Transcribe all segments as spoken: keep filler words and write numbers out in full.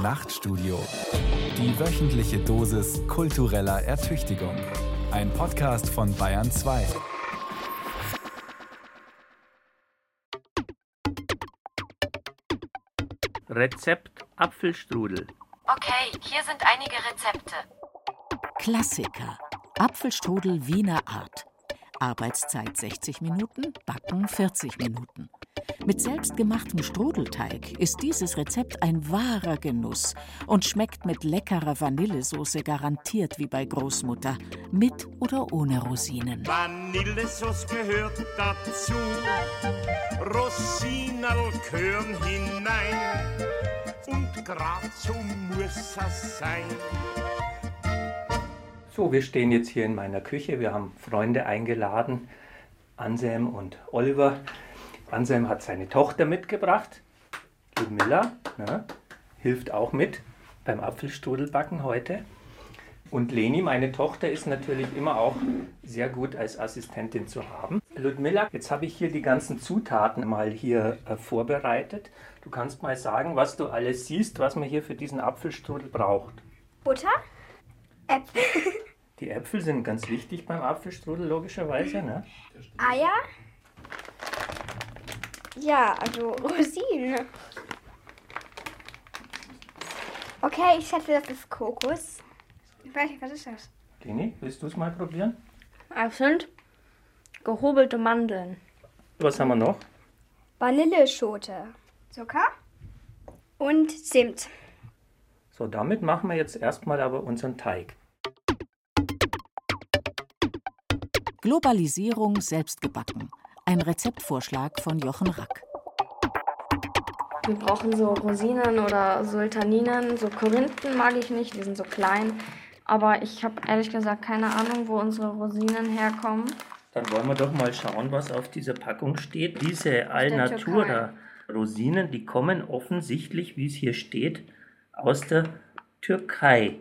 Nachtstudio. Die wöchentliche Dosis kultureller Ertüchtigung. Ein Podcast von Bayern zwei. Rezept Apfelstrudel. Okay, hier sind einige Rezepte. Klassiker. Apfelstrudel Wiener Art. Arbeitszeit sechzig Minuten, Backen vierzig Minuten. Mit selbstgemachtem Strudelteig ist dieses Rezept ein wahrer Genuss und schmeckt mit leckerer Vanillesoße garantiert wie bei Großmutter, mit oder ohne Rosinen. Vanillesoße gehört dazu, Rosinerl gehören hinein und grad so muss es sein. So, wir stehen jetzt hier in meiner Küche. Wir haben Freunde eingeladen, Anselm und Oliver. Anselm hat seine Tochter mitgebracht, Ludmilla, ja, hilft auch mit beim Apfelstrudelbacken heute. Und Leni, meine Tochter, ist natürlich immer auch sehr gut als Assistentin zu haben. Ludmilla, jetzt habe ich hier die ganzen Zutaten mal hier äh, vorbereitet. Du kannst mal sagen, was du alles siehst, was man hier für diesen Apfelstrudel braucht. Butter, Äpfel, Die Äpfel sind ganz wichtig beim Apfelstrudel, logischerweise, ne? Eier, ja, also Rosinen. Okay, ich schätze, das ist Kokos. Ich weiß nicht, was ist das? Leni, willst du es mal probieren? Das sind gehobelte Mandeln. Was haben wir noch? Vanilleschote, Zucker und Zimt. So, damit machen wir jetzt erstmal aber unseren Teig. Globalisierung selbstgebacken. Ein Rezeptvorschlag von Jochen Rack. Wir brauchen so Rosinen oder Sultaninen. So Korinthen mag ich nicht, die sind so klein. Aber ich habe ehrlich gesagt keine Ahnung, wo unsere Rosinen herkommen. Dann wollen wir doch mal schauen, was auf dieser Packung steht. Diese Alnatura Rosinen, die kommen offensichtlich, wie es hier steht, aus der Türkei.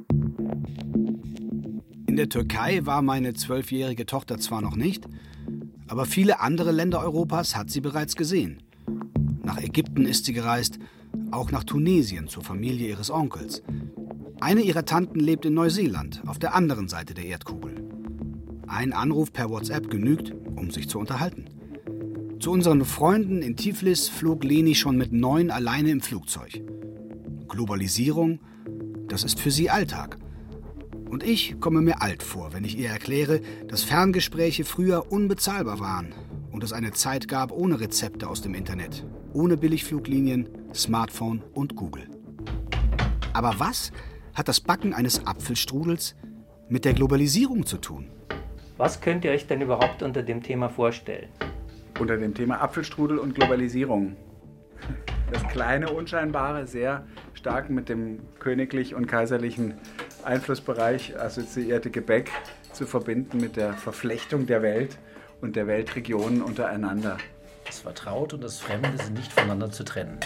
In der Türkei war meine zwölfjährige Tochter zwar noch nicht, aber viele andere Länder Europas hat sie bereits gesehen. Nach Ägypten ist sie gereist, auch nach Tunesien zur Familie ihres Onkels. Eine ihrer Tanten lebt in Neuseeland, auf der anderen Seite der Erdkugel. Ein Anruf per WhatsApp genügt, um sich zu unterhalten. Zu unseren Freunden in Tiflis flog Leni schon mit neun alleine im Flugzeug. Globalisierung, das ist für sie Alltag. Und ich komme mir alt vor, wenn ich ihr erkläre, dass Ferngespräche früher unbezahlbar waren und es eine Zeit gab ohne Rezepte aus dem Internet, ohne Billigfluglinien, Smartphone und Google. Aber was hat das Backen eines Apfelstrudels mit der Globalisierung zu tun? Was könnt ihr euch denn überhaupt unter dem Thema vorstellen? Unter dem Thema Apfelstrudel und Globalisierung. Das kleine, unscheinbare, sehr stark mit dem königlich und kaiserlichen Einflussbereich assoziierte Gebäck zu verbinden mit der Verflechtung der Welt und der Weltregionen untereinander. Das Vertraute und das Fremde sind nicht voneinander zu trennen.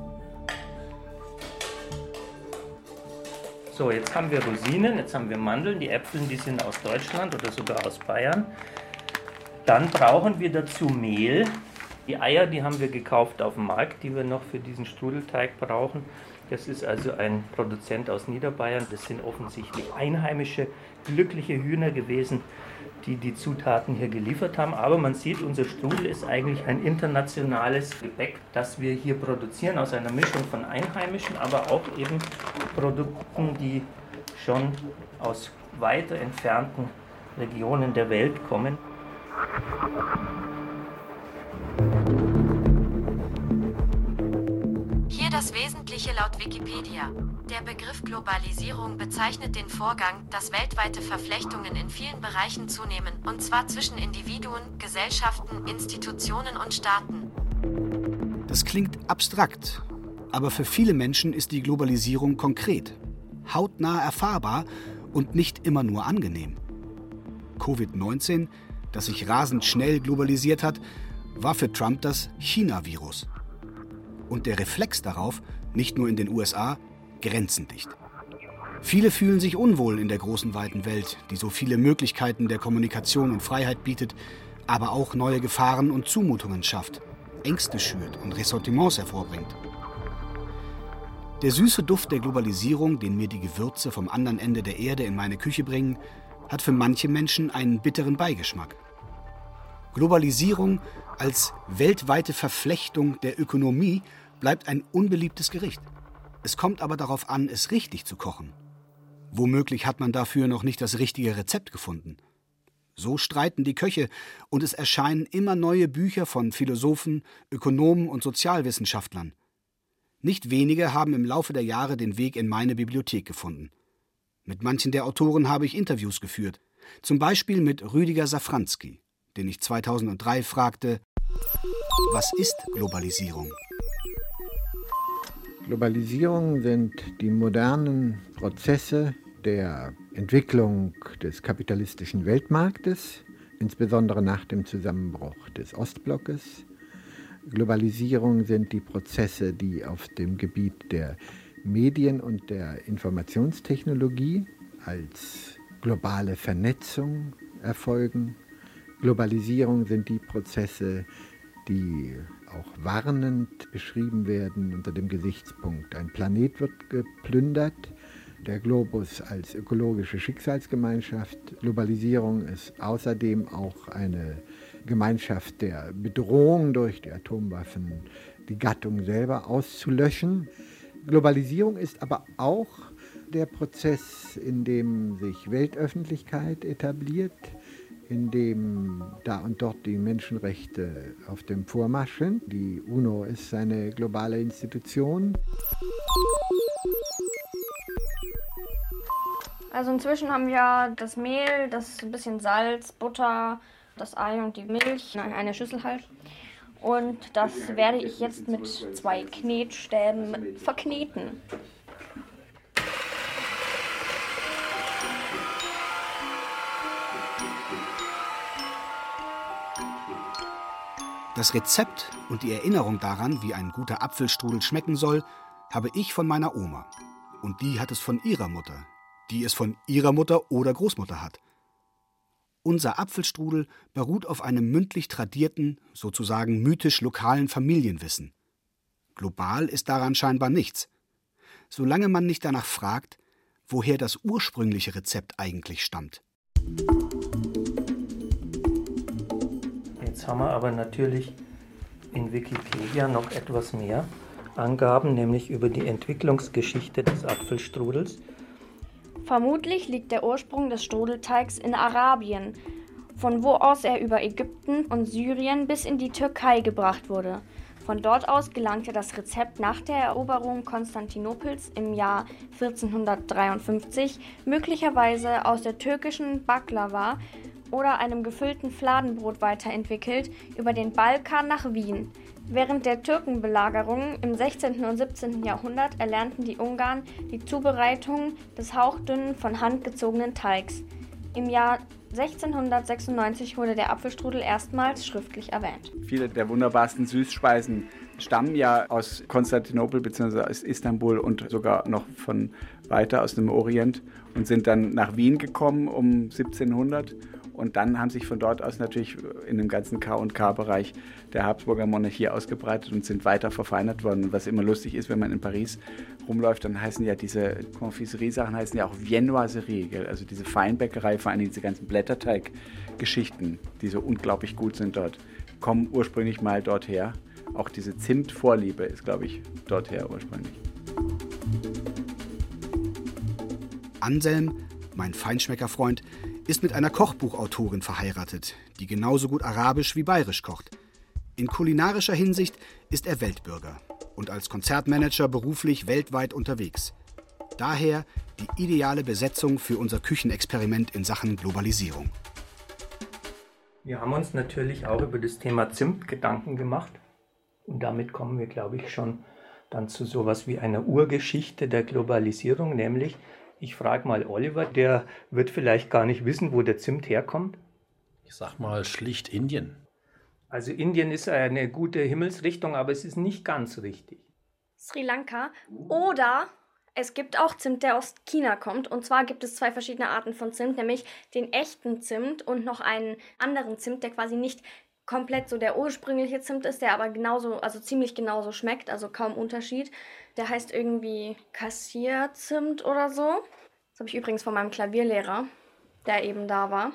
So, jetzt haben wir Rosinen, jetzt haben wir Mandeln, die Äpfel, die sind aus Deutschland oder sogar aus Bayern. Dann brauchen wir dazu Mehl. Die Eier, die haben wir gekauft auf dem Markt, die wir noch für diesen Strudelteig brauchen. Das ist also ein Produzent aus Niederbayern. Das sind offensichtlich einheimische, glückliche Hühner gewesen, die die Zutaten hier geliefert haben. Aber man sieht, unser Strudel ist eigentlich ein internationales Gebäck, das wir hier produzieren aus einer Mischung von einheimischen, aber auch eben Produkten, die schon aus weiter entfernten Regionen der Welt kommen. Hier das Wesentliche laut Wikipedia. Der Begriff Globalisierung bezeichnet den Vorgang, dass weltweite Verflechtungen in vielen Bereichen zunehmen, und zwar zwischen Individuen, Gesellschaften, Institutionen und Staaten. Das klingt abstrakt, aber für viele Menschen ist die Globalisierung konkret, hautnah erfahrbar und nicht immer nur angenehm. Covid neunzehn, das sich rasend schnell globalisiert hat, war für Trump das China-Virus. Und der Reflex darauf, nicht nur in den U S A, grenzendicht. Viele fühlen sich unwohl in der großen, weiten Welt, die so viele Möglichkeiten der Kommunikation und Freiheit bietet, aber auch neue Gefahren und Zumutungen schafft, Ängste schürt und Ressentiments hervorbringt. Der süße Duft der Globalisierung, den mir die Gewürze vom anderen Ende der Erde in meine Küche bringen, hat für manche Menschen einen bitteren Beigeschmack. Globalisierung als weltweite Verflechtung der Ökonomie bleibt ein unbeliebtes Gericht. Es kommt aber darauf an, es richtig zu kochen. Womöglich hat man dafür noch nicht das richtige Rezept gefunden. So streiten die Köche und es erscheinen immer neue Bücher von Philosophen, Ökonomen und Sozialwissenschaftlern. Nicht wenige haben im Laufe der Jahre den Weg in meine Bibliothek gefunden. Mit manchen der Autoren habe ich Interviews geführt, zum Beispiel mit Rüdiger Safranski, den ich zweitausenddrei fragte, was ist Globalisierung? Globalisierung sind die modernen Prozesse der Entwicklung des kapitalistischen Weltmarktes, insbesondere nach dem Zusammenbruch des Ostblockes. Globalisierung sind die Prozesse, die auf dem Gebiet der Medien und der Informationstechnologie als globale Vernetzung erfolgen. Globalisierung sind die Prozesse, die auch warnend beschrieben werden unter dem Gesichtspunkt, ein Planet wird geplündert, der Globus als ökologische Schicksalsgemeinschaft. Globalisierung ist außerdem auch eine Gemeinschaft der Bedrohung durch die Atomwaffen, die Gattung selber auszulöschen. Globalisierung ist aber auch der Prozess, in dem sich Weltöffentlichkeit etabliert, in dem da und dort die Menschenrechte auf dem Vormarsch sind. Die UNO ist eine globale Institution. Also inzwischen haben wir das Mehl, das ein bisschen Salz, Butter, das Ei und die Milch in eine Schüssel halt. Und das werde ich jetzt mit zwei Knetstäben verkneten. Das Rezept und die Erinnerung daran, wie ein guter Apfelstrudel schmecken soll, habe ich von meiner Oma. Und die hat es von ihrer Mutter, die es von ihrer Mutter oder Großmutter hat. Unser Apfelstrudel beruht auf einem mündlich tradierten, sozusagen mythisch lokalen Familienwissen. Global ist daran scheinbar nichts. Solange man nicht danach fragt, woher das ursprüngliche Rezept eigentlich stammt. Jetzt haben wir aber natürlich in Wikipedia noch etwas mehr Angaben, nämlich über die Entwicklungsgeschichte des Apfelstrudels. Vermutlich liegt der Ursprung des Strudelteigs in Arabien, von wo aus er über Ägypten und Syrien bis in die Türkei gebracht wurde. Von dort aus gelangte das Rezept nach der Eroberung Konstantinopels im Jahr vierzehnhundertdreiundfünfzig möglicherweise aus der türkischen Baklava oder einem gefüllten Fladenbrot weiterentwickelt über den Balkan nach Wien. Während der Türkenbelagerung im sechzehnten und siebzehnten Jahrhundert erlernten die Ungarn die Zubereitung des hauchdünnen, von Hand gezogenen Teigs. Im Jahr sechzehnhundertsechsundneunzig wurde der Apfelstrudel erstmals schriftlich erwähnt. Viele der wunderbarsten Süßspeisen stammen ja aus Konstantinopel bzw. aus Istanbul und sogar noch von weiter aus dem Orient und sind dann nach Wien gekommen um siebzehnhundert. Und dann haben sich von dort aus natürlich in dem ganzen K und K-Bereich der Habsburger Monarchie ausgebreitet und sind weiter verfeinert worden. Und was immer lustig ist, wenn man in Paris rumläuft, dann heißen ja diese Confiserie-Sachen heißen ja auch Viennoiserie, gell? Also diese Feinbäckerei, vor allem diese ganzen Blätterteig-Geschichten, die so unglaublich gut sind dort, kommen ursprünglich mal dort her. Auch diese Zimtvorliebe ist, glaube ich, dort her ursprünglich. Anselm, mein Feinschmeckerfreund, ist mit einer Kochbuchautorin verheiratet, die genauso gut arabisch wie bayerisch kocht. In kulinarischer Hinsicht ist er Weltbürger und als Konzertmanager beruflich weltweit unterwegs. Daher die ideale Besetzung für unser Küchenexperiment in Sachen Globalisierung. Wir haben uns natürlich auch über das Thema Zimt Gedanken gemacht. Und damit kommen wir, glaube ich, schon dann zu sowas wie einer Urgeschichte der Globalisierung, nämlich ich frage mal Oliver, der wird vielleicht gar nicht wissen, wo der Zimt herkommt. Ich sag mal schlicht Indien. Also Indien ist eine gute Himmelsrichtung, aber es ist nicht ganz richtig. Sri Lanka oder es gibt auch Zimt, der aus China kommt. Und zwar gibt es zwei verschiedene Arten von Zimt, nämlich den echten Zimt und noch einen anderen Zimt, der quasi nicht komplett so der ursprüngliche Zimt ist, der aber genauso, also ziemlich genauso schmeckt, also kaum Unterschied. Der heißt irgendwie Kassierzimt oder so. Das habe ich übrigens von meinem Klavierlehrer, der eben da war.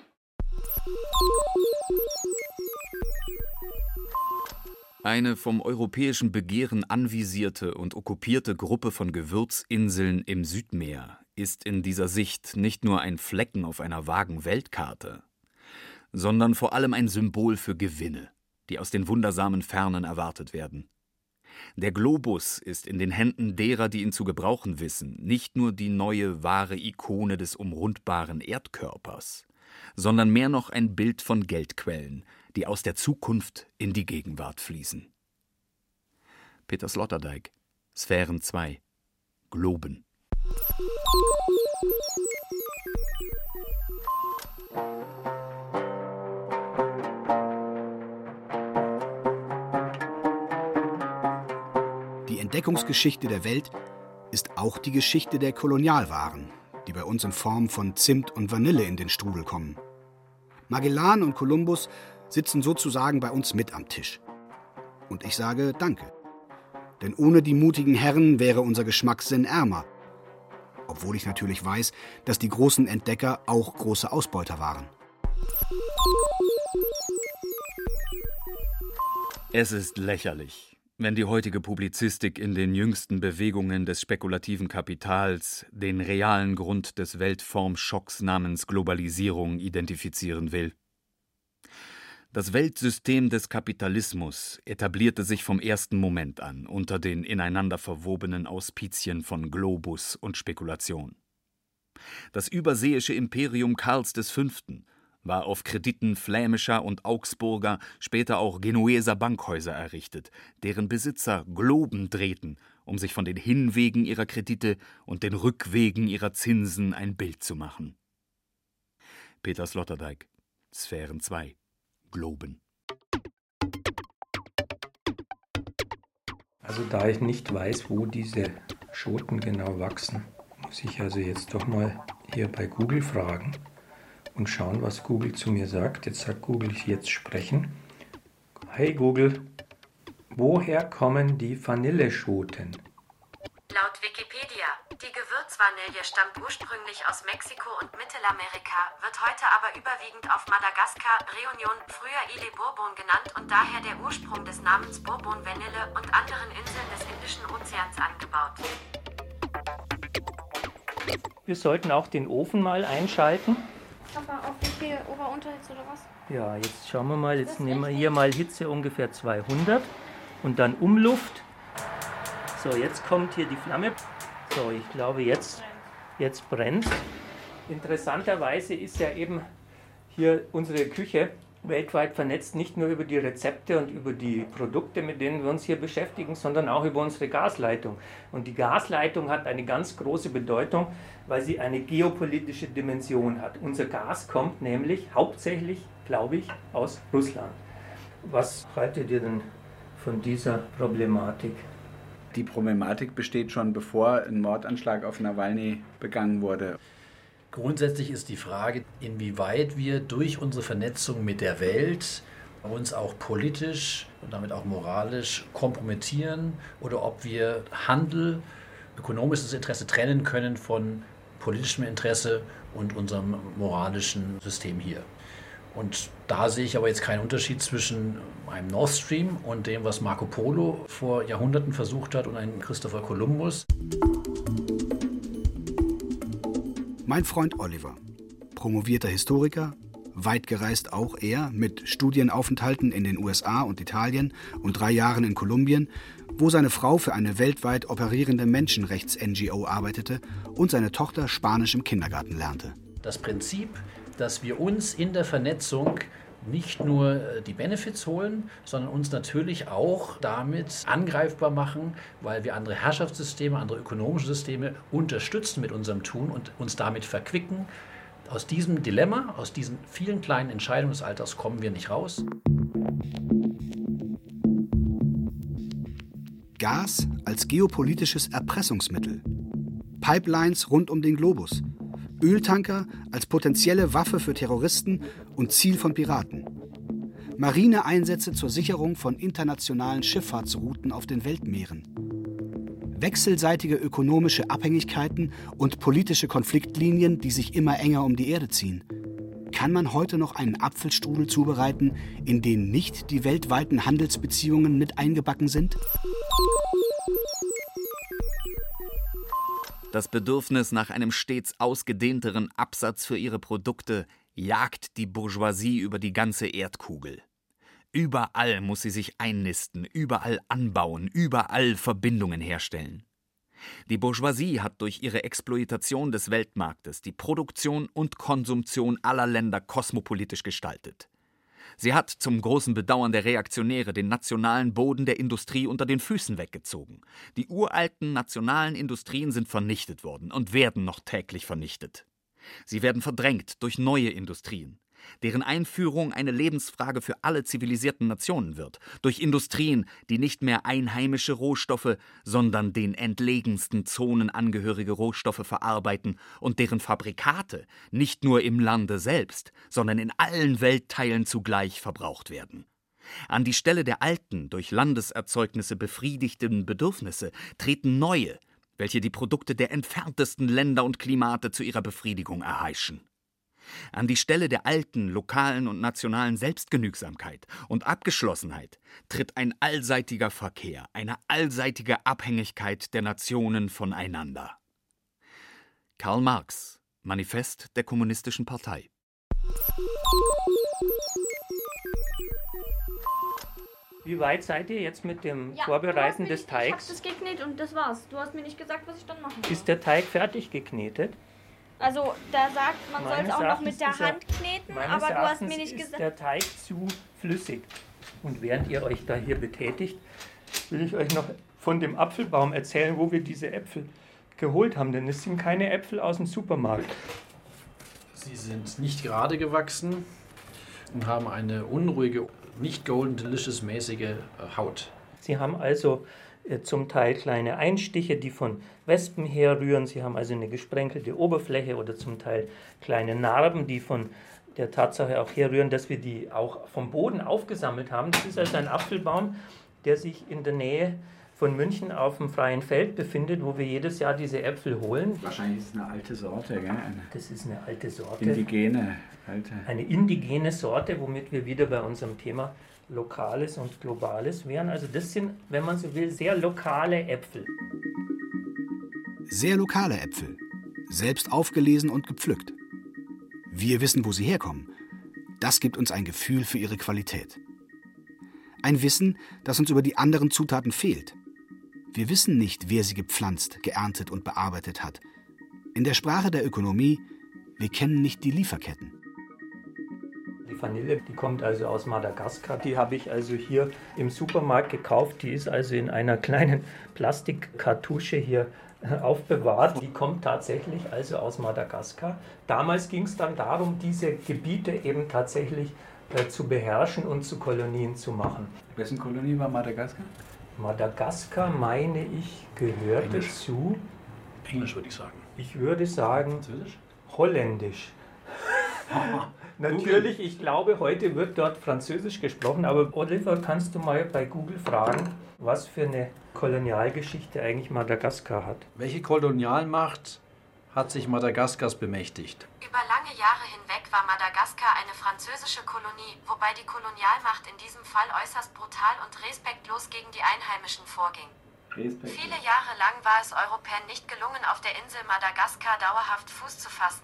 Eine vom europäischen Begehren anvisierte und okkupierte Gruppe von Gewürzinseln im Südmeer ist in dieser Sicht nicht nur ein Flecken auf einer vagen Weltkarte, sondern vor allem ein Symbol für Gewinne, die aus den wundersamen Fernen erwartet werden. Der Globus ist in den Händen derer, die ihn zu gebrauchen wissen, nicht nur die neue, wahre Ikone des umrundbaren Erdkörpers, sondern mehr noch ein Bild von Geldquellen, die aus der Zukunft in die Gegenwart fließen. Peter Sloterdijk, Sphären zwei, Globen. Die Entdeckungsgeschichte der Welt ist auch die Geschichte der Kolonialwaren, die bei uns in Form von Zimt und Vanille in den Strudel kommen. Magellan und Kolumbus sitzen sozusagen bei uns mit am Tisch. Und ich sage Danke. Denn ohne die mutigen Herren wäre unser Geschmackssinn ärmer. Obwohl ich natürlich weiß, dass die großen Entdecker auch große Ausbeuter waren. Es ist lächerlich, wenn die heutige Publizistik in den jüngsten Bewegungen des spekulativen Kapitals den realen Grund des Weltformschocks namens Globalisierung identifizieren will. Das Weltsystem des Kapitalismus etablierte sich vom ersten Moment an unter den ineinander verwobenen Auspizien von Globus und Spekulation. Das überseeische Imperium Karls des Fünften war auf Krediten flämischer und Augsburger, später auch Genueser Bankhäuser errichtet, deren Besitzer Globen drehten, um sich von den Hinwegen ihrer Kredite und den Rückwegen ihrer Zinsen ein Bild zu machen. Peter Sloterdijk, Sphären zwei, Globen. Also da ich nicht weiß, wo diese Schoten genau wachsen, muss ich also jetzt doch mal hier bei Google fragen und schauen, was Google zu mir sagt. Jetzt sagt Google jetzt sprechen. Hey Google, woher kommen die Vanilleschoten? Laut Wikipedia, die Gewürzvanille stammt ursprünglich aus Mexiko und Mittelamerika, wird heute aber überwiegend auf Madagaskar, Réunion, früher Île Bourbon genannt und daher der Ursprung des Namens Bourbon Vanille und anderen Inseln des Indischen Ozeans angebaut. Wir sollten auch den Ofen mal einschalten. Aber auf wie viel Ober-Unterhitze oder was? Ja, jetzt schauen wir mal, jetzt nehmen wir hier mal Hitze ungefähr zweihundert und dann Umluft. So, jetzt kommt hier die Flamme. So, ich glaube, jetzt, jetzt brennt. Interessanterweise ist ja eben hier unsere Küche weltweit vernetzt, nicht nur über die Rezepte und über die Produkte, mit denen wir uns hier beschäftigen, sondern auch über unsere Gasleitung. Und die Gasleitung hat eine ganz große Bedeutung, weil sie eine geopolitische Dimension hat. Unser Gas kommt nämlich hauptsächlich, glaube ich, aus Russland. Was haltet ihr denn von dieser Problematik? Die Problematik besteht schon, bevor ein Mordanschlag auf Nawalny begangen wurde. Grundsätzlich ist die Frage, inwieweit wir durch unsere Vernetzung mit der Welt uns auch politisch und damit auch moralisch kompromittieren oder ob wir Handel, ökonomisches Interesse trennen können von politischem Interesse und unserem moralischen System hier. Und da sehe ich aber jetzt keinen Unterschied zwischen einem Nord Stream und dem, was Marco Polo vor Jahrhunderten versucht hat und einem Christopher Columbus. Mein Freund Oliver, promovierter Historiker, weit gereist auch er, mit Studienaufenthalten in den U S A und Italien und drei Jahren in Kolumbien, wo seine Frau für eine weltweit operierende Menschenrechts-N G O arbeitete und seine Tochter Spanisch im Kindergarten lernte. Das Prinzip, dass wir uns in der Vernetzung nicht nur die Benefits holen, sondern uns natürlich auch damit angreifbar machen, weil wir andere Herrschaftssysteme, andere ökonomische Systeme unterstützen mit unserem Tun und uns damit verquicken. Aus diesem Dilemma, aus diesen vielen kleinen Entscheidungen des Alltags kommen wir nicht raus. Gas als geopolitisches Erpressungsmittel. Pipelines rund um den Globus. Öltanker als potenzielle Waffe für Terroristen und Ziel von Piraten. Marineeinsätze zur Sicherung von internationalen Schifffahrtsrouten auf den Weltmeeren, wechselseitige ökonomische Abhängigkeiten und politische Konfliktlinien, die sich immer enger um die Erde ziehen. Kann man heute noch einen Apfelstrudel zubereiten, in den nicht die weltweiten Handelsbeziehungen mit eingebacken sind? Das Bedürfnis nach einem stets ausgedehnteren Absatz für ihre Produkte jagt die Bourgeoisie über die ganze Erdkugel. Überall muss sie sich einnisten, überall anbauen, überall Verbindungen herstellen. Die Bourgeoisie hat durch ihre Exploitation des Weltmarktes die Produktion und Konsumtion aller Länder kosmopolitisch gestaltet. Sie hat zum großen Bedauern der Reaktionäre den nationalen Boden der Industrie unter den Füßen weggezogen. Die uralten nationalen Industrien sind vernichtet worden und werden noch täglich vernichtet. Sie werden verdrängt durch neue Industrien, deren Einführung eine Lebensfrage für alle zivilisierten Nationen wird, durch Industrien, die nicht mehr einheimische Rohstoffe, sondern den entlegensten Zonen angehörige Rohstoffe verarbeiten und deren Fabrikate nicht nur im Lande selbst, sondern in allen Weltteilen zugleich verbraucht werden. An die Stelle der alten, durch Landeserzeugnisse befriedigten Bedürfnisse treten neue, welche die Produkte der entferntesten Länder und Klimate zu ihrer Befriedigung erheischen. An die Stelle der alten, lokalen und nationalen Selbstgenügsamkeit und Abgeschlossenheit tritt ein allseitiger Verkehr, eine allseitige Abhängigkeit der Nationen voneinander. Karl Marx, Manifest der Kommunistischen Partei. Wie weit seid ihr jetzt mit dem Ja, Vorbereiten du hast des mich, Teigs? Ich hab das geknetet und das war's. Du hast mir nicht gesagt, was ich dann machen soll. Ist der Teig fertig geknetet? Also, da sagt, man soll es Meines auch noch Erachtens mit der ist er- Hand kneten, Meines aber du hast Erachtens mir nicht ist gesagt. der Teig zu flüssig. Und während ihr euch da hier betätigt, will ich euch noch von dem Apfelbaum erzählen, wo wir diese Äpfel geholt haben. Denn es sind keine Äpfel aus dem Supermarkt. Sie sind nicht gerade gewachsen und haben eine unruhige, nicht golden delicious mäßige Haut. Sie haben also äh, zum Teil kleine Einstiche, die von Wespen herrühren. Sie haben also eine gesprenkelte Oberfläche oder zum Teil kleine Narben, die von der Tatsache auch herrühren, dass wir die auch vom Boden aufgesammelt haben. Das ist also ein Apfelbaum, der sich in der Nähe von München auf dem freien Feld befindet, wo wir jedes Jahr diese Äpfel holen. Wahrscheinlich ist es eine alte Sorte, gell? Eine Das ist eine alte Sorte. indigene alte. Eine indigene Sorte, womit wir wieder bei unserem Thema Lokales und Globales wären. Also das sind, wenn man so will, sehr lokale Äpfel. Sehr lokale Äpfel, selbst aufgelesen und gepflückt. Wir wissen, wo sie herkommen. Das gibt uns ein Gefühl für ihre Qualität. Ein Wissen, das uns über die anderen Zutaten fehlt. Wir wissen nicht, wer sie gepflanzt, geerntet und bearbeitet hat. In der Sprache der Ökonomie, wir kennen nicht die Lieferketten. Die Vanille, die kommt also aus Madagaskar. Die habe ich also hier im Supermarkt gekauft. Die ist also in einer kleinen Plastikkartusche hier aufbewahrt. Die kommt tatsächlich also aus Madagaskar. Damals ging es dann darum, diese Gebiete eben tatsächlich äh, zu beherrschen und zu Kolonien zu machen. Wessen Kolonie war Madagaskar? Madagaskar, meine ich, gehörte Englisch. zu... Englisch würde ich sagen. Ich würde sagen... Französisch? Holländisch. Natürlich, ich glaube, heute wird dort Französisch gesprochen, aber Oliver, kannst du mal bei Google fragen, was für eine Kolonialgeschichte eigentlich Madagaskar hat? Welche Kolonialmacht hat sich Madagaskars bemächtigt? Über lange Jahre hinweg war Madagaskar eine französische Kolonie, wobei die Kolonialmacht in diesem Fall äußerst brutal und respektlos gegen die Einheimischen vorging. Respekt. Viele Jahre lang war es Europäern nicht gelungen, auf der Insel Madagaskar dauerhaft Fuß zu fassen.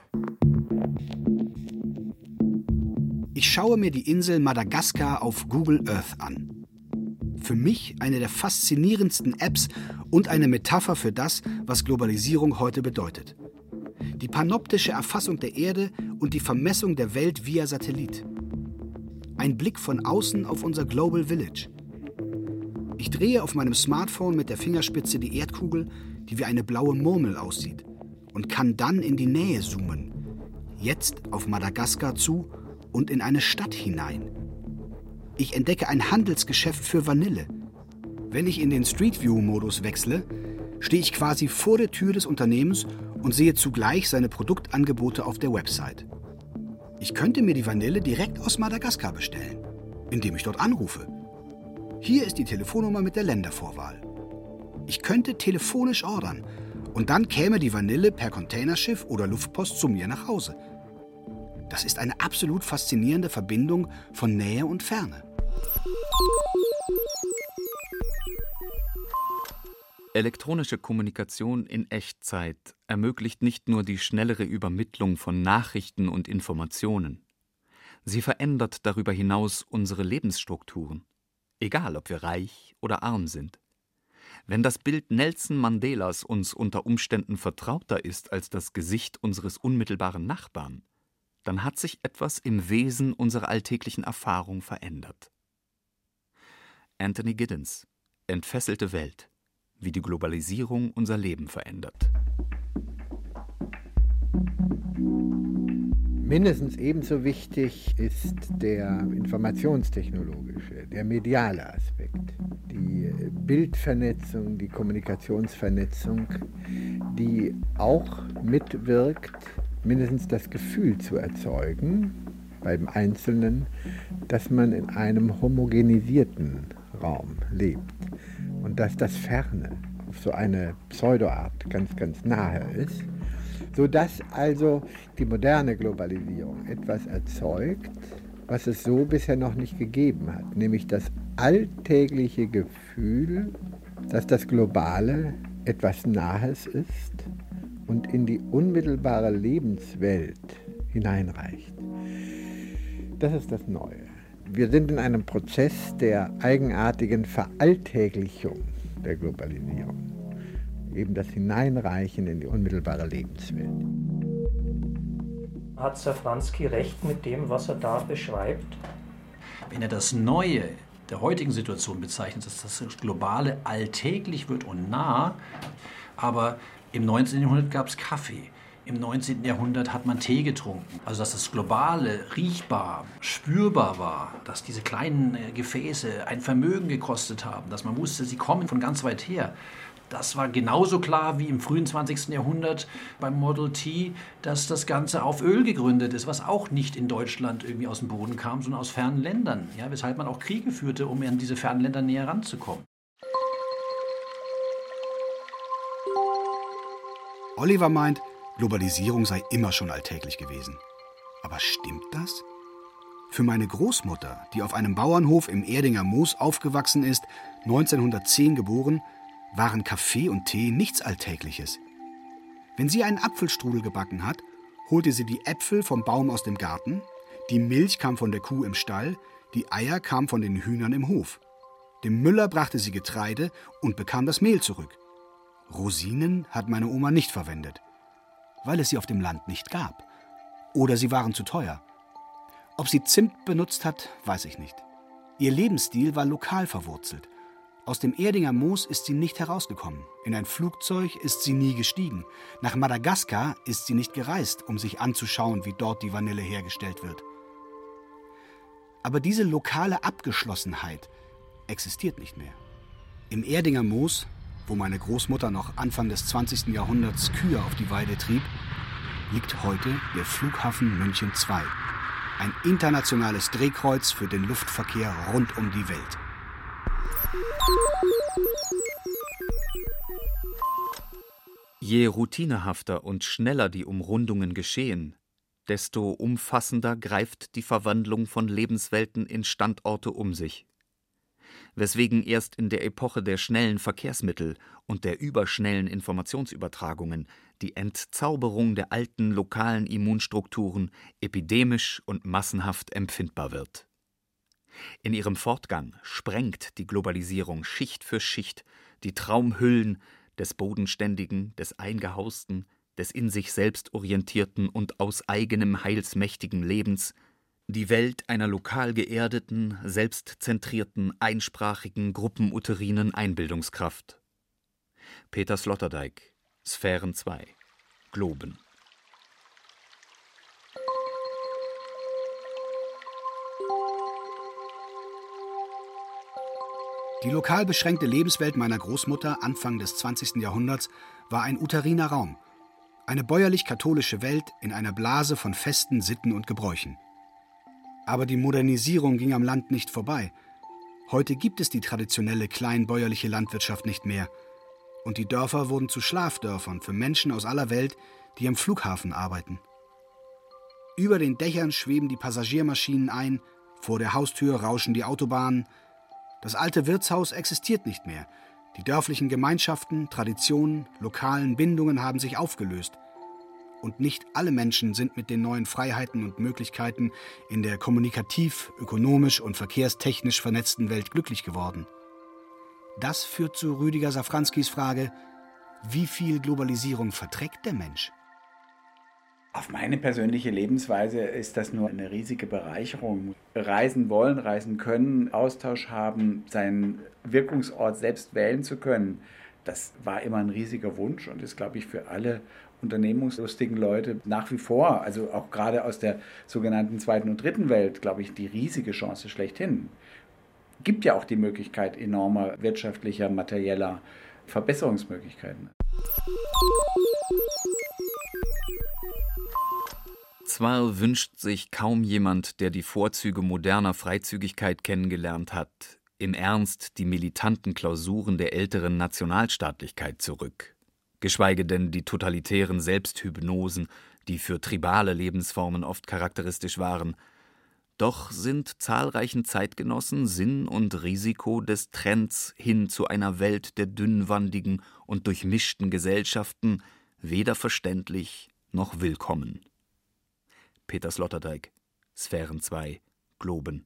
Ich schaue mir die Insel Madagaskar auf Google Earth an. Für mich eine der faszinierendsten Apps und eine Metapher für das, was Globalisierung heute bedeutet. Die panoptische Erfassung der Erde und die Vermessung der Welt via Satellit. Ein Blick von außen auf unser Global Village. Ich drehe auf meinem Smartphone mit der Fingerspitze die Erdkugel, die wie eine blaue Murmel aussieht, und kann dann in die Nähe zoomen. Jetzt auf Madagaskar zu und in eine Stadt hinein. Ich entdecke ein Handelsgeschäft für Vanille. Wenn ich in den Street View-Modus wechsle, stehe ich quasi vor der Tür des Unternehmens und sehe zugleich seine Produktangebote auf der Website. Ich könnte mir die Vanille direkt aus Madagaskar bestellen. indem ich dort anrufe. Hier ist die Telefonnummer mit der Ländervorwahl. Ich könnte telefonisch ordern und dann käme die Vanille per Containerschiff oder Luftpost zu mir nach Hause. Das ist eine absolut faszinierende Verbindung von Nähe und Ferne. Elektronische Kommunikation in Echtzeit ermöglicht nicht nur die schnellere Übermittlung von Nachrichten und Informationen. Sie verändert darüber hinaus unsere Lebensstrukturen, egal ob wir reich oder arm sind. Wenn das Bild Nelson Mandelas uns unter Umständen vertrauter ist als das Gesicht unseres unmittelbaren Nachbarn, dann hat sich etwas im Wesen unserer alltäglichen Erfahrung verändert. Anthony Giddens, Entfesselte Welt, wie die Globalisierung unser Leben verändert. Mindestens ebenso wichtig ist der informationstechnologische, der mediale Aspekt, die Bildvernetzung, die Kommunikationsvernetzung, die auch mitwirkt, mindestens das Gefühl zu erzeugen, beim Einzelnen, dass man in einem homogenisierten Raum lebt und dass das Ferne auf so eine Pseudoart ganz, ganz nahe ist, sodass also die moderne Globalisierung etwas erzeugt, was es so bisher noch nicht gegeben hat, nämlich das alltägliche Gefühl, dass das Globale etwas Nahes ist und in die unmittelbare Lebenswelt hineinreicht. Das ist das Neue. Wir sind in einem Prozess der eigenartigen Veralltäglichung der Globalisierung. Eben das Hineinreichen in die unmittelbare Lebenswelt. Hat Safranski recht mit dem, was er da beschreibt? Wenn er das Neue der heutigen Situation bezeichnet, dass das Globale alltäglich wird und nah, aber im neunzehnten Jahrhundert gab es Kaffee. Im neunzehnten Jahrhundert hat man Tee getrunken. Also dass das Globale riechbar, spürbar war, dass diese kleinen Gefäße ein Vermögen gekostet haben, dass man wusste, sie kommen von ganz weit her. Das war genauso klar wie im frühen zwanzigsten Jahrhundert beim Model T, dass das Ganze auf Öl gegründet ist, was auch nicht in Deutschland irgendwie aus dem Boden kam, sondern aus fernen Ländern. Ja, weshalb man auch Kriege führte, um an diese fernen Länder näher ranzukommen. Oliver meint, Globalisierung sei immer schon alltäglich gewesen. Aber stimmt das? Für meine Großmutter, die auf einem Bauernhof im Erdinger Moos aufgewachsen ist, neunzehnhundertzehn geboren, waren Kaffee und Tee nichts Alltägliches. Wenn sie einen Apfelstrudel gebacken hat, holte sie die Äpfel vom Baum aus dem Garten, die Milch kam von der Kuh im Stall, die Eier kamen von den Hühnern im Hof. Dem Müller brachte sie Getreide und bekam das Mehl zurück. Rosinen hat meine Oma nicht verwendet, weil es sie auf dem Land nicht gab. Oder sie waren zu teuer. Ob sie Zimt benutzt hat, weiß ich nicht. Ihr Lebensstil war lokal verwurzelt. Aus dem Erdinger Moos ist sie nicht herausgekommen. In ein Flugzeug ist sie nie gestiegen. Nach Madagaskar ist sie nicht gereist, um sich anzuschauen, wie dort die Vanille hergestellt wird. Aber diese lokale Abgeschlossenheit existiert nicht mehr. Im Erdinger Moos, wo meine Großmutter noch Anfang des zwanzigsten Jahrhunderts Kühe auf die Weide trieb, liegt heute der Flughafen München zwei. Ein internationales Drehkreuz für den Luftverkehr rund um die Welt. Je routinehafter und schneller die Umrundungen geschehen, desto umfassender greift die Verwandlung von Lebenswelten in Standorte um sich. Weswegen erst in der Epoche der schnellen Verkehrsmittel und der überschnellen Informationsübertragungen die Entzauberung der alten lokalen Immunstrukturen epidemisch und massenhaft empfindbar wird. In ihrem Fortgang sprengt die Globalisierung Schicht für Schicht die Traumhüllen des Bodenständigen, des Eingehausten, des in sich selbst orientierten und aus eigenem heilsmächtigen Lebens, die Welt einer lokal geerdeten, selbstzentrierten, einsprachigen, gruppenuterinen Einbildungskraft. Peter Sloterdijk, Sphären zwei, Globen. Die lokal beschränkte Lebenswelt meiner Großmutter Anfang des zwanzigsten Jahrhunderts war ein uteriner Raum. Eine bäuerlich-katholische Welt in einer Blase von Festen, Sitten und Gebräuchen. Aber die Modernisierung ging am Land nicht vorbei. Heute gibt es die traditionelle kleinbäuerliche Landwirtschaft nicht mehr. Und die Dörfer wurden zu Schlafdörfern für Menschen aus aller Welt, die am Flughafen arbeiten. Über den Dächern schweben die Passagiermaschinen ein, vor der Haustür rauschen die Autobahnen. Das alte Wirtshaus existiert nicht mehr. Die dörflichen Gemeinschaften, Traditionen, lokalen Bindungen haben sich aufgelöst. Und nicht alle Menschen sind mit den neuen Freiheiten und Möglichkeiten in der kommunikativ, ökonomisch und verkehrstechnisch vernetzten Welt glücklich geworden. Das führt zu Rüdiger Safranskis Frage, wie viel Globalisierung verträgt der Mensch? Auf meine persönliche Lebensweise ist das nur eine riesige Bereicherung. Reisen wollen, reisen können, Austausch haben, seinen Wirkungsort selbst wählen zu können, das war immer ein riesiger Wunsch und ist, glaube ich, für alle unternehmungslustigen Leute nach wie vor, also auch gerade aus der sogenannten zweiten und dritten Welt, glaube ich, die riesige Chance schlechthin. Gibt ja auch die Möglichkeit enormer wirtschaftlicher, materieller Verbesserungsmöglichkeiten. Zwar wünscht sich kaum jemand, der die Vorzüge moderner Freizügigkeit kennengelernt hat, im Ernst die militanten Klausuren der älteren Nationalstaatlichkeit zurück, geschweige denn die totalitären Selbsthypnosen, die für tribale Lebensformen oft charakteristisch waren. Doch sind zahlreichen Zeitgenossen Sinn und Risiko des Trends hin zu einer Welt der dünnwandigen und durchmischten Gesellschaften weder verständlich noch willkommen. Peter Sloterdijk, Sphären zwei, Globen.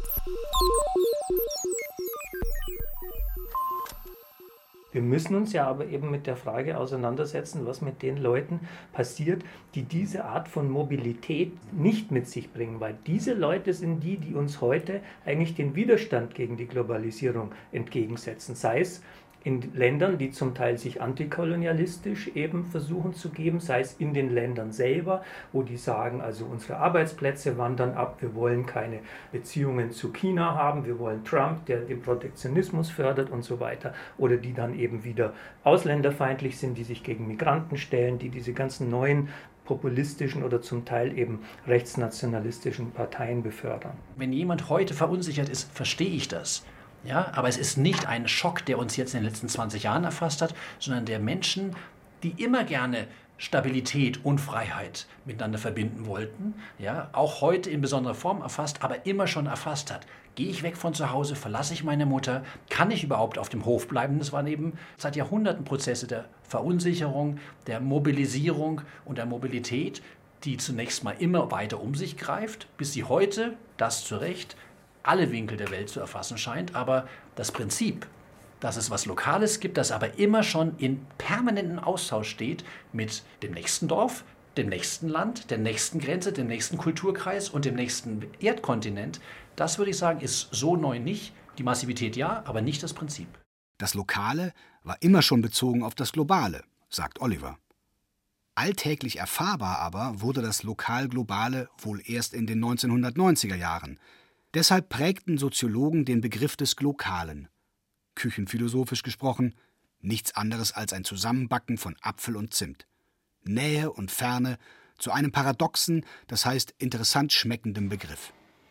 Wir müssen uns ja aber eben mit der Frage auseinandersetzen, was mit den Leuten passiert, die diese Art von Mobilität nicht mit sich bringen, weil diese Leute sind die, die uns heute eigentlich den Widerstand gegen die Globalisierung entgegensetzen, sei es in Ländern, die zum Teil sich antikolonialistisch eben versuchen zu geben, sei es in den Ländern selber, wo die sagen, also unsere Arbeitsplätze wandern ab, wir wollen keine Beziehungen zu China haben, wir wollen Trump, der den Protektionismus fördert und so weiter, oder die dann eben wieder ausländerfeindlich sind, die sich gegen Migranten stellen, die diese ganzen neuen populistischen oder zum Teil eben rechtsnationalistischen Parteien befördern. Wenn jemand heute verunsichert ist, verstehe ich das. Ja, aber es ist nicht ein Schock, der uns jetzt in den letzten zwanzig Jahren erfasst hat, sondern der Menschen, die immer gerne Stabilität und Freiheit miteinander verbinden wollten, ja, auch heute in besonderer Form erfasst, aber immer schon erfasst hat. Gehe ich weg von zu Hause, verlasse ich meine Mutter, kann ich überhaupt auf dem Hof bleiben? Das waren eben seit Jahrhunderten Prozesse der Verunsicherung, der Mobilisierung und der Mobilität, die zunächst mal immer weiter um sich greift, bis sie heute, das zu Recht, alle Winkel der Welt zu erfassen scheint, aber das Prinzip, dass es was Lokales gibt, das aber immer schon in permanenten Austausch steht mit dem nächsten Dorf, dem nächsten Land, der nächsten Grenze, dem nächsten Kulturkreis und dem nächsten Erdkontinent, das würde ich sagen, ist so neu nicht. Die Massivität ja, aber nicht das Prinzip. Das Lokale war immer schon bezogen auf das Globale, sagt Oliver. Alltäglich erfahrbar aber wurde das Lokal-Globale wohl erst in den neunzehnhundertneunziger Jahren. Deshalb prägten Soziologen den Begriff des Glokalen. Küchenphilosophisch gesprochen, nichts anderes als ein Zusammenbacken von Apfel und Zimt. Nähe und Ferne zu einem paradoxen, das heißt interessant schmeckendem Begriff.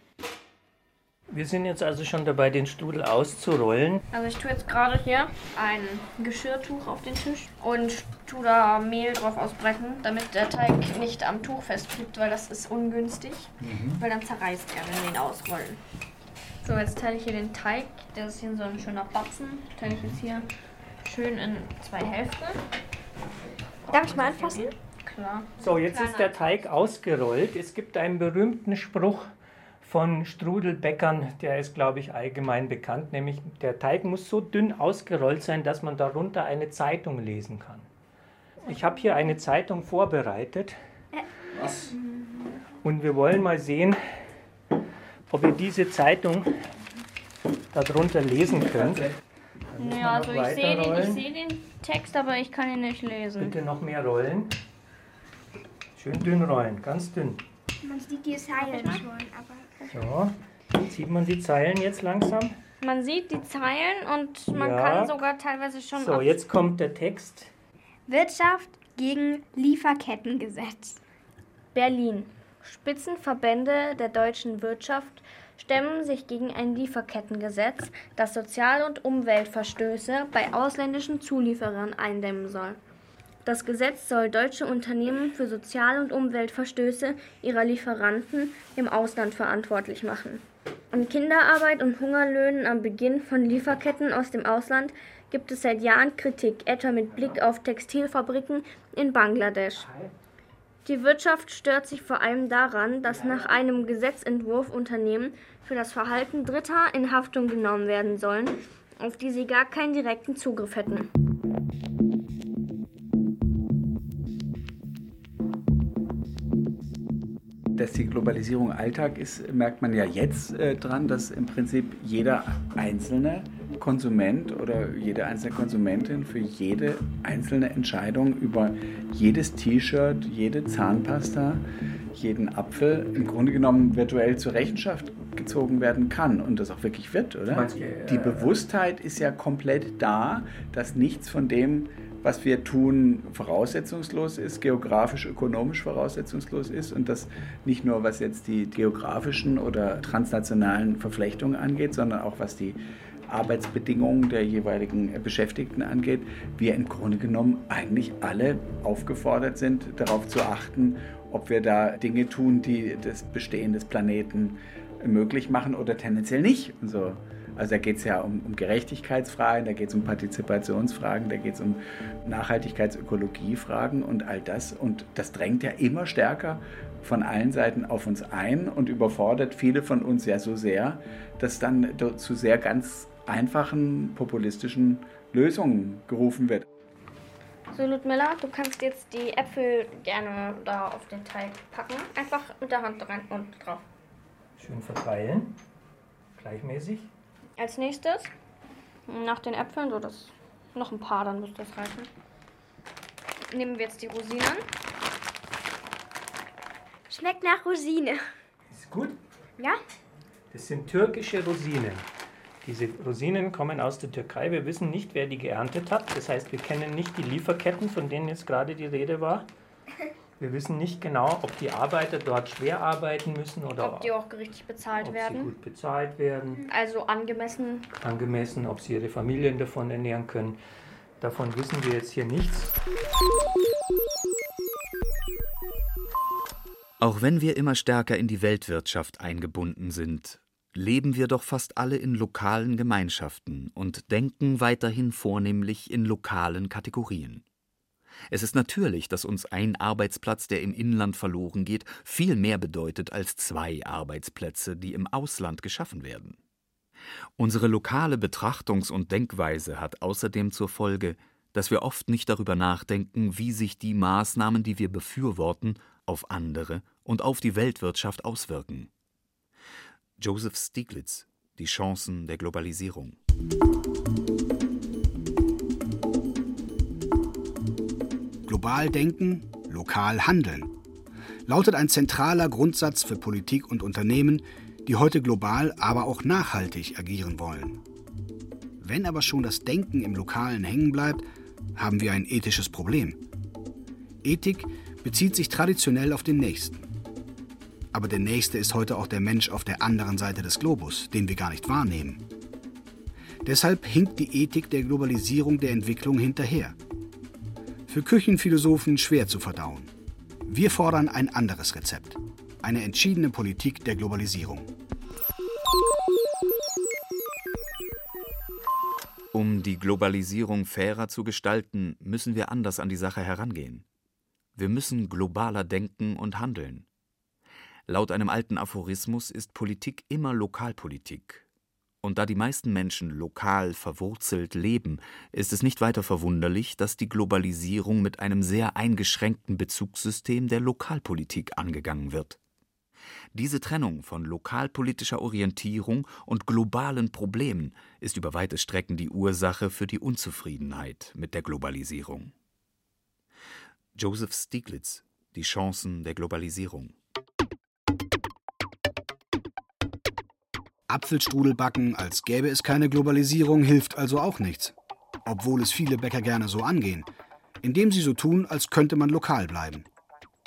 Wir sind jetzt also schon dabei, den Strudel auszurollen. Also ich tue jetzt gerade hier ein Geschirrtuch auf den Tisch und tue da Mehl drauf ausbrechen, damit der Teig nicht am Tuch festklebt, weil das ist ungünstig, mhm. weil dann zerreißt er, wenn wir ihn ausrollen. So, jetzt teile ich hier den Teig, das ist hier so ein schöner Batzen, teile ich jetzt hier schön in zwei Hälften. Darf ich mal anfassen? Klar. So, jetzt Kleiner. Ist der Teig ausgerollt. Es gibt einen berühmten Spruch von Strudelbäckern, der ist, glaube ich, allgemein bekannt, nämlich der Teig muss so dünn ausgerollt sein, dass man darunter eine Zeitung lesen kann. Ich habe hier eine Zeitung vorbereitet. Was? Und wir wollen mal sehen, ob ihr diese Zeitung darunter lesen könnt. Ja, also ich sehe den, ich sehe den Text, aber ich kann ihn nicht lesen. Bitte noch mehr rollen. Schön dünn rollen, ganz dünn. Man sieht die Zeilen schon, aber... So, sieht man die Zeilen jetzt langsam? Man sieht die Zeilen und man ja. kann sogar teilweise schon... So, jetzt kommt der Text. Wirtschaft gegen Lieferkettengesetz. Berlin. Spitzenverbände der deutschen Wirtschaft stemmen sich gegen ein Lieferkettengesetz, das Sozial- und Umweltverstöße bei ausländischen Zulieferern eindämmen soll. Das Gesetz soll deutsche Unternehmen für Sozial- und Umweltverstöße ihrer Lieferanten im Ausland verantwortlich machen. An Kinderarbeit und Hungerlöhnen am Beginn von Lieferketten aus dem Ausland gibt es seit Jahren Kritik, etwa mit Blick auf Textilfabriken in Bangladesch. Die Wirtschaft stört sich vor allem daran, dass nach einem Gesetzentwurf Unternehmen für das Verhalten Dritter in Haftung genommen werden sollen, auf die sie gar keinen direkten Zugriff hätten. Dass die Globalisierung Alltag ist, merkt man ja jetzt äh, dran, dass im Prinzip jeder einzelne Konsument oder jede einzelne Konsumentin für jede einzelne Entscheidung über jedes T-Shirt, jede Zahnpasta, jeden Apfel im Grunde genommen virtuell zur Rechenschaft gezogen werden kann und das auch wirklich wird, oder? Meinst du, äh, die Bewusstheit ist ja komplett da, dass nichts von dem, was wir tun, voraussetzungslos ist, geografisch, ökonomisch voraussetzungslos ist und das nicht nur, was jetzt die geografischen oder transnationalen Verflechtungen angeht, sondern auch was die Arbeitsbedingungen der jeweiligen Beschäftigten angeht, wir im Grunde genommen eigentlich alle aufgefordert sind, darauf zu achten, ob wir da Dinge tun, die das Bestehen des Planeten möglich machen oder tendenziell nicht. Und so. Also da geht es ja um, um Gerechtigkeitsfragen, da geht es um Partizipationsfragen, da geht es um Nachhaltigkeitsökologiefragen und all das. Und das drängt ja immer stärker von allen Seiten auf uns ein und überfordert viele von uns ja so sehr, dass dann zu sehr ganz einfachen populistischen Lösungen gerufen wird. So, Ludmilla, du kannst jetzt die Äpfel gerne da auf den Teig packen. Einfach mit der Hand rein und drauf. Schön verteilen, gleichmäßig. Als nächstes, nach den Äpfeln, so das noch ein paar, dann muss das reichen. Nehmen wir jetzt die Rosinen. Schmeckt nach Rosine. Ist gut? Ja. Das sind türkische Rosinen. Diese Rosinen kommen aus der Türkei. Wir wissen nicht, wer die geerntet hat. Das heißt, wir kennen nicht die Lieferketten, von denen jetzt gerade die Rede war. Wir wissen nicht genau, ob die Arbeiter dort schwer arbeiten müssen oder ob die auch richtig bezahlt ob werden. sie gut bezahlt werden. Also angemessen. Angemessen, ob sie ihre Familien davon ernähren können. Davon wissen wir jetzt hier nichts. Auch wenn wir immer stärker in die Weltwirtschaft eingebunden sind, leben wir doch fast alle in lokalen Gemeinschaften und denken weiterhin vornehmlich in lokalen Kategorien. Es ist natürlich, dass uns ein Arbeitsplatz, der im Inland verloren geht, viel mehr bedeutet als zwei Arbeitsplätze, die im Ausland geschaffen werden. Unsere lokale Betrachtungs- und Denkweise hat außerdem zur Folge, dass wir oft nicht darüber nachdenken, wie sich die Maßnahmen, die wir befürworten, auf andere und auf die Weltwirtschaft auswirken. Joseph Stiglitz, Die Chancen der Globalisierung. Global denken, lokal handeln, lautet ein zentraler Grundsatz für Politik und Unternehmen, die heute global, aber auch nachhaltig agieren wollen. Wenn aber schon das Denken im Lokalen hängen bleibt, haben wir ein ethisches Problem. Ethik bezieht sich traditionell auf den Nächsten. Aber der Nächste ist heute auch der Mensch auf der anderen Seite des Globus, den wir gar nicht wahrnehmen. Deshalb hinkt die Ethik der Globalisierung der Entwicklung hinterher. Für Küchenphilosophen schwer zu verdauen. Wir fordern ein anderes Rezept. Eine entschiedene Politik der Globalisierung. Um die Globalisierung fairer zu gestalten, müssen wir anders an die Sache herangehen. Wir müssen globaler denken und handeln. Laut einem alten Aphorismus ist Politik immer Lokalpolitik. Und da die meisten Menschen lokal verwurzelt leben, ist es nicht weiter verwunderlich, dass die Globalisierung mit einem sehr eingeschränkten Bezugssystem der Lokalpolitik angegangen wird. Diese Trennung von lokalpolitischer Orientierung und globalen Problemen ist über weite Strecken die Ursache für die Unzufriedenheit mit der Globalisierung. Joseph Stiglitz, Die Chancen der Globalisierung. Apfelstrudel backen, als gäbe es keine Globalisierung, hilft also auch nichts. Obwohl es viele Bäcker gerne so angehen, indem sie so tun, als könnte man lokal bleiben.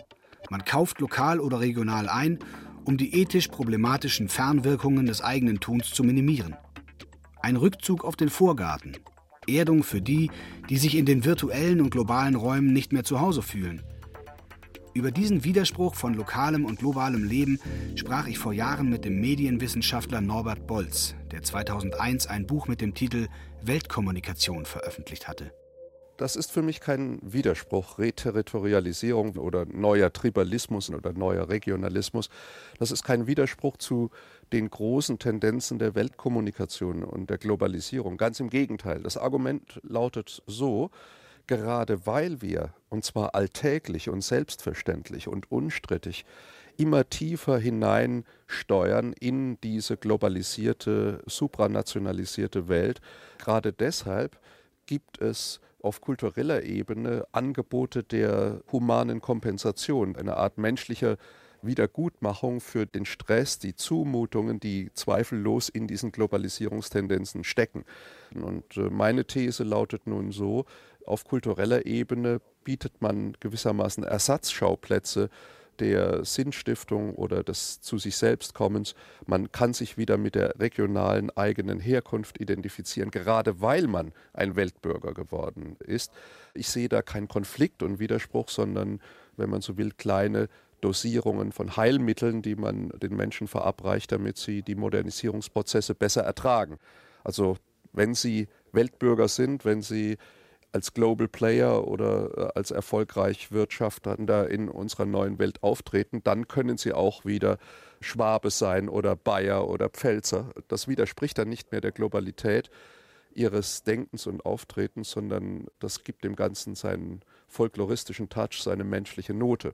Man kauft lokal oder regional ein, um die ethisch problematischen Fernwirkungen des eigenen Tuns zu minimieren. Ein Rückzug auf den Vorgarten. Erdung für die, die sich in den virtuellen und globalen Räumen nicht mehr zu Hause fühlen. Über diesen Widerspruch von lokalem und globalem Leben sprach ich vor Jahren mit dem Medienwissenschaftler Norbert Bolz, der zweitausendeins ein Buch mit dem Titel Weltkommunikation veröffentlicht hatte. Das ist für mich kein Widerspruch, Reterritorialisierung oder neuer Tribalismus oder neuer Regionalismus. Das ist kein Widerspruch zu den großen Tendenzen der Weltkommunikation und der Globalisierung. Ganz im Gegenteil. Das Argument lautet so: Gerade weil wir, und zwar alltäglich und selbstverständlich und unstrittig, immer tiefer hineinsteuern in diese globalisierte, supranationalisierte Welt, gerade deshalb gibt es auf kultureller Ebene Angebote der humanen Kompensation, eine Art menschlicher Wiedergutmachung für den Stress, die Zumutungen, die zweifellos in diesen Globalisierungstendenzen stecken. Und meine These lautet nun so: Auf kultureller Ebene bietet man gewissermaßen Ersatzschauplätze der Sinnstiftung oder des zu sich selbst Kommens. Man kann sich wieder mit der regionalen eigenen Herkunft identifizieren, gerade weil man ein Weltbürger geworden ist. Ich sehe da keinen Konflikt und Widerspruch, sondern, wenn man so will, kleine Dosierungen von Heilmitteln, die man den Menschen verabreicht, damit sie die Modernisierungsprozesse besser ertragen. Also wenn sie Weltbürger sind, wenn sie als Global Player oder als erfolgreich Wirtschaftender in unserer neuen Welt auftreten, dann können sie auch wieder Schwabe sein oder Bayer oder Pfälzer. Das widerspricht dann nicht mehr der Globalität ihres Denkens und Auftretens, sondern das gibt dem Ganzen seinen folkloristischen Touch, seine menschliche Note.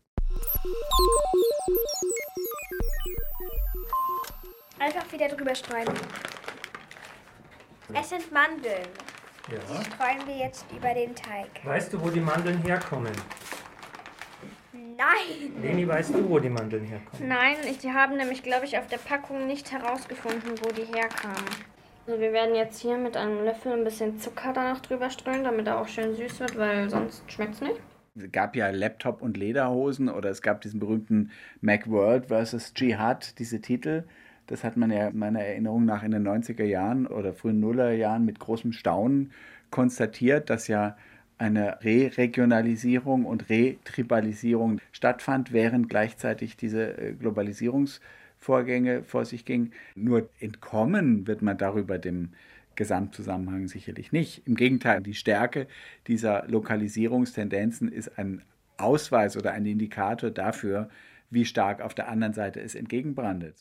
Einfach wieder drüber streuen. Es sind Mandeln. Ja. Die streuen wir jetzt über den Teig. Weißt du, wo die Mandeln herkommen? Nein! Leni, weißt du, wo die Mandeln herkommen? Nein, die haben nämlich, glaube ich, auf der Packung nicht herausgefunden, wo die herkamen. Also wir werden jetzt hier mit einem Löffel ein bisschen Zucker danach drüber streuen, damit er auch schön süß wird, weil sonst schmeckt es nicht. Es gab ja Laptop- und Lederhosen oder es gab diesen berühmten Macworld versus Jihad, diese Titel. Das hat man ja meiner Erinnerung nach in den neunziger Jahren oder frühen Nullerjahren mit großem Staunen konstatiert, dass ja eine Re-Regionalisierung und Retribalisierung stattfand, während gleichzeitig diese Globalisierungsvorgänge vor sich gingen. Nur entkommen wird man darüber dem Gesamtzusammenhang sicherlich nicht. Im Gegenteil, die Stärke dieser Lokalisierungstendenzen ist ein Ausweis oder ein Indikator dafür, wie stark auf der anderen Seite es entgegenbrandet.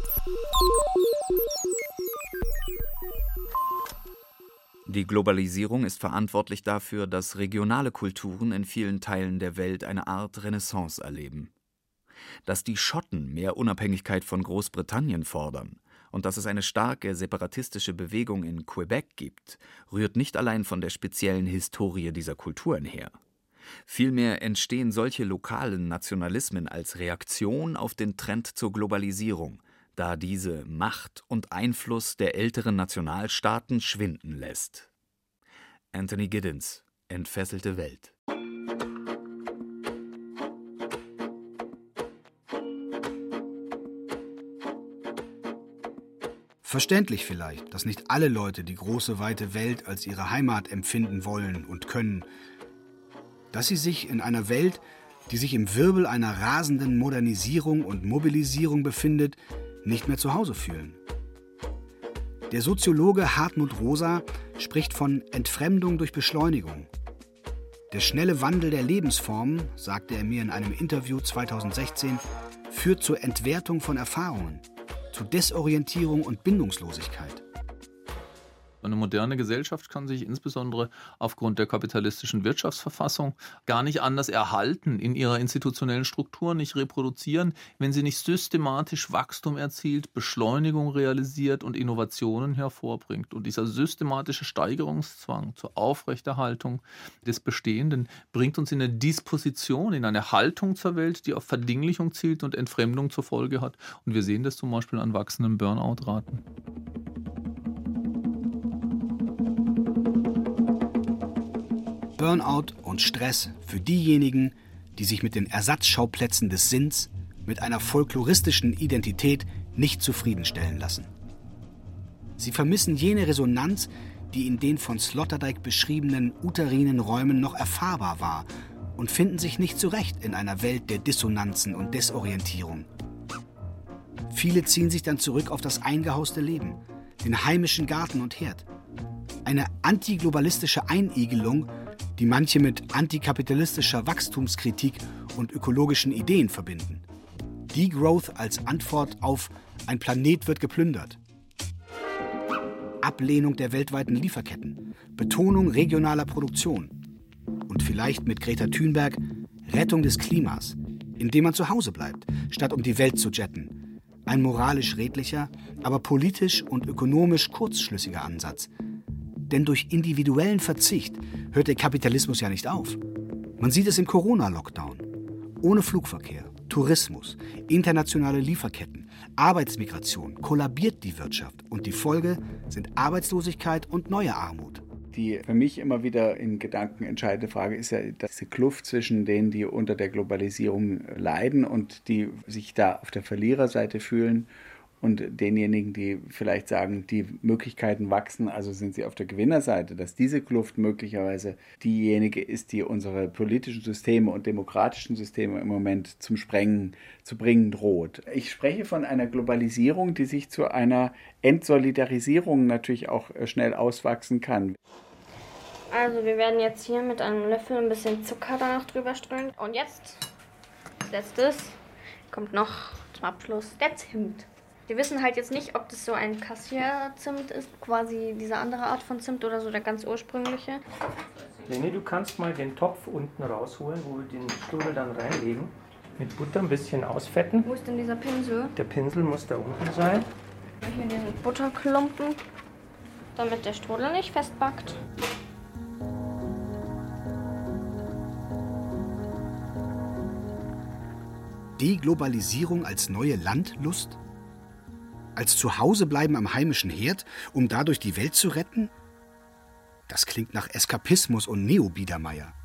Die Globalisierung ist verantwortlich dafür, dass regionale Kulturen in vielen Teilen der Welt eine Art Renaissance erleben. Dass die Schotten mehr Unabhängigkeit von Großbritannien fordern und dass es eine starke separatistische Bewegung in Quebec gibt, rührt nicht allein von der speziellen Historie dieser Kulturen her. Vielmehr entstehen solche lokalen Nationalismen als Reaktion auf den Trend zur Globalisierung, da diese Macht und Einfluss der älteren Nationalstaaten schwinden lässt. Anthony Giddens, Entfesselte Welt. Verständlich vielleicht, dass nicht alle Leute die große, weite Welt als ihre Heimat empfinden wollen und können. Dass sie sich in einer Welt, die sich im Wirbel einer rasenden Modernisierung und Mobilisierung befindet, nicht mehr zu Hause fühlen. Der Soziologe Hartmut Rosa spricht von Entfremdung durch Beschleunigung. Der schnelle Wandel der Lebensformen, sagte er mir in einem Interview zweitausendsechzehn, führt zur Entwertung von Erfahrungen, zu Desorientierung und Bindungslosigkeit. Eine moderne Gesellschaft kann sich insbesondere aufgrund der kapitalistischen Wirtschaftsverfassung gar nicht anders erhalten, in ihrer institutionellen Struktur nicht reproduzieren, wenn sie nicht systematisch Wachstum erzielt, Beschleunigung realisiert und Innovationen hervorbringt. Und dieser systematische Steigerungszwang zur Aufrechterhaltung des Bestehenden bringt uns in eine Disposition, in eine Haltung zur Welt, die auf Verdinglichung zielt und Entfremdung zur Folge hat. Und wir sehen das zum Beispiel an wachsenden Burnout-Raten. Burnout und Stress für diejenigen, die sich mit den Ersatzschauplätzen des Sinns, mit einer folkloristischen Identität nicht zufriedenstellen lassen. Sie vermissen jene Resonanz, die in den von Sloterdijk beschriebenen uterinen Räumen noch erfahrbar war, und finden sich nicht zurecht in einer Welt der Dissonanzen und Desorientierung. Viele ziehen sich dann zurück auf das eingehauste Leben, den heimischen Garten und Herd. Eine antiglobalistische Einigelung, die manche mit antikapitalistischer Wachstumskritik und ökologischen Ideen verbinden. Degrowth als Antwort auf ein Planet wird geplündert. Ablehnung der weltweiten Lieferketten, Betonung regionaler Produktion und vielleicht mit Greta Thunberg Rettung des Klimas, indem man zu Hause bleibt, statt um die Welt zu jetten. Ein moralisch redlicher, aber politisch und ökonomisch kurzschlüssiger Ansatz. Denn durch individuellen Verzicht hört der Kapitalismus ja nicht auf. Man sieht es im Corona-Lockdown. Ohne Flugverkehr, Tourismus, internationale Lieferketten, Arbeitsmigration kollabiert die Wirtschaft und die Folge sind Arbeitslosigkeit und neue Armut. Die für mich immer wieder in Gedanken entscheidende Frage ist ja diese Kluft zwischen denen, die unter der Globalisierung leiden und die sich da auf der Verliererseite fühlen, und denjenigen, die vielleicht sagen, die Möglichkeiten wachsen, also sind sie auf der Gewinnerseite, dass diese Kluft möglicherweise diejenige ist, die unsere politischen Systeme und demokratischen Systeme im Moment zum Sprengen zu bringen droht. Ich spreche von einer Globalisierung, die sich zu einer Entsolidarisierung natürlich auch schnell auswachsen kann. Also wir werden jetzt hier mit einem Löffel ein bisschen Zucker danach drüber streuen. Und jetzt, als letztes, kommt noch zum Abschluss der Zimt. Wir wissen halt jetzt nicht, ob das so ein Kassierzimt ist, quasi diese andere Art von Zimt oder so der ganz ursprüngliche. Leni, du kannst mal den Topf unten rausholen, wo wir den Strudel dann reinlegen. Mit Butter ein bisschen ausfetten. Wo ist denn dieser Pinsel? Der Pinsel muss da unten sein. Hier den Butterklumpen, damit der Strudel nicht festbackt. Deglobalisierung als neue Landlust? Als Zuhausebleiben am heimischen Herd, um dadurch die Welt zu retten? Das klingt nach Eskapismus und Neo-Biedermeier.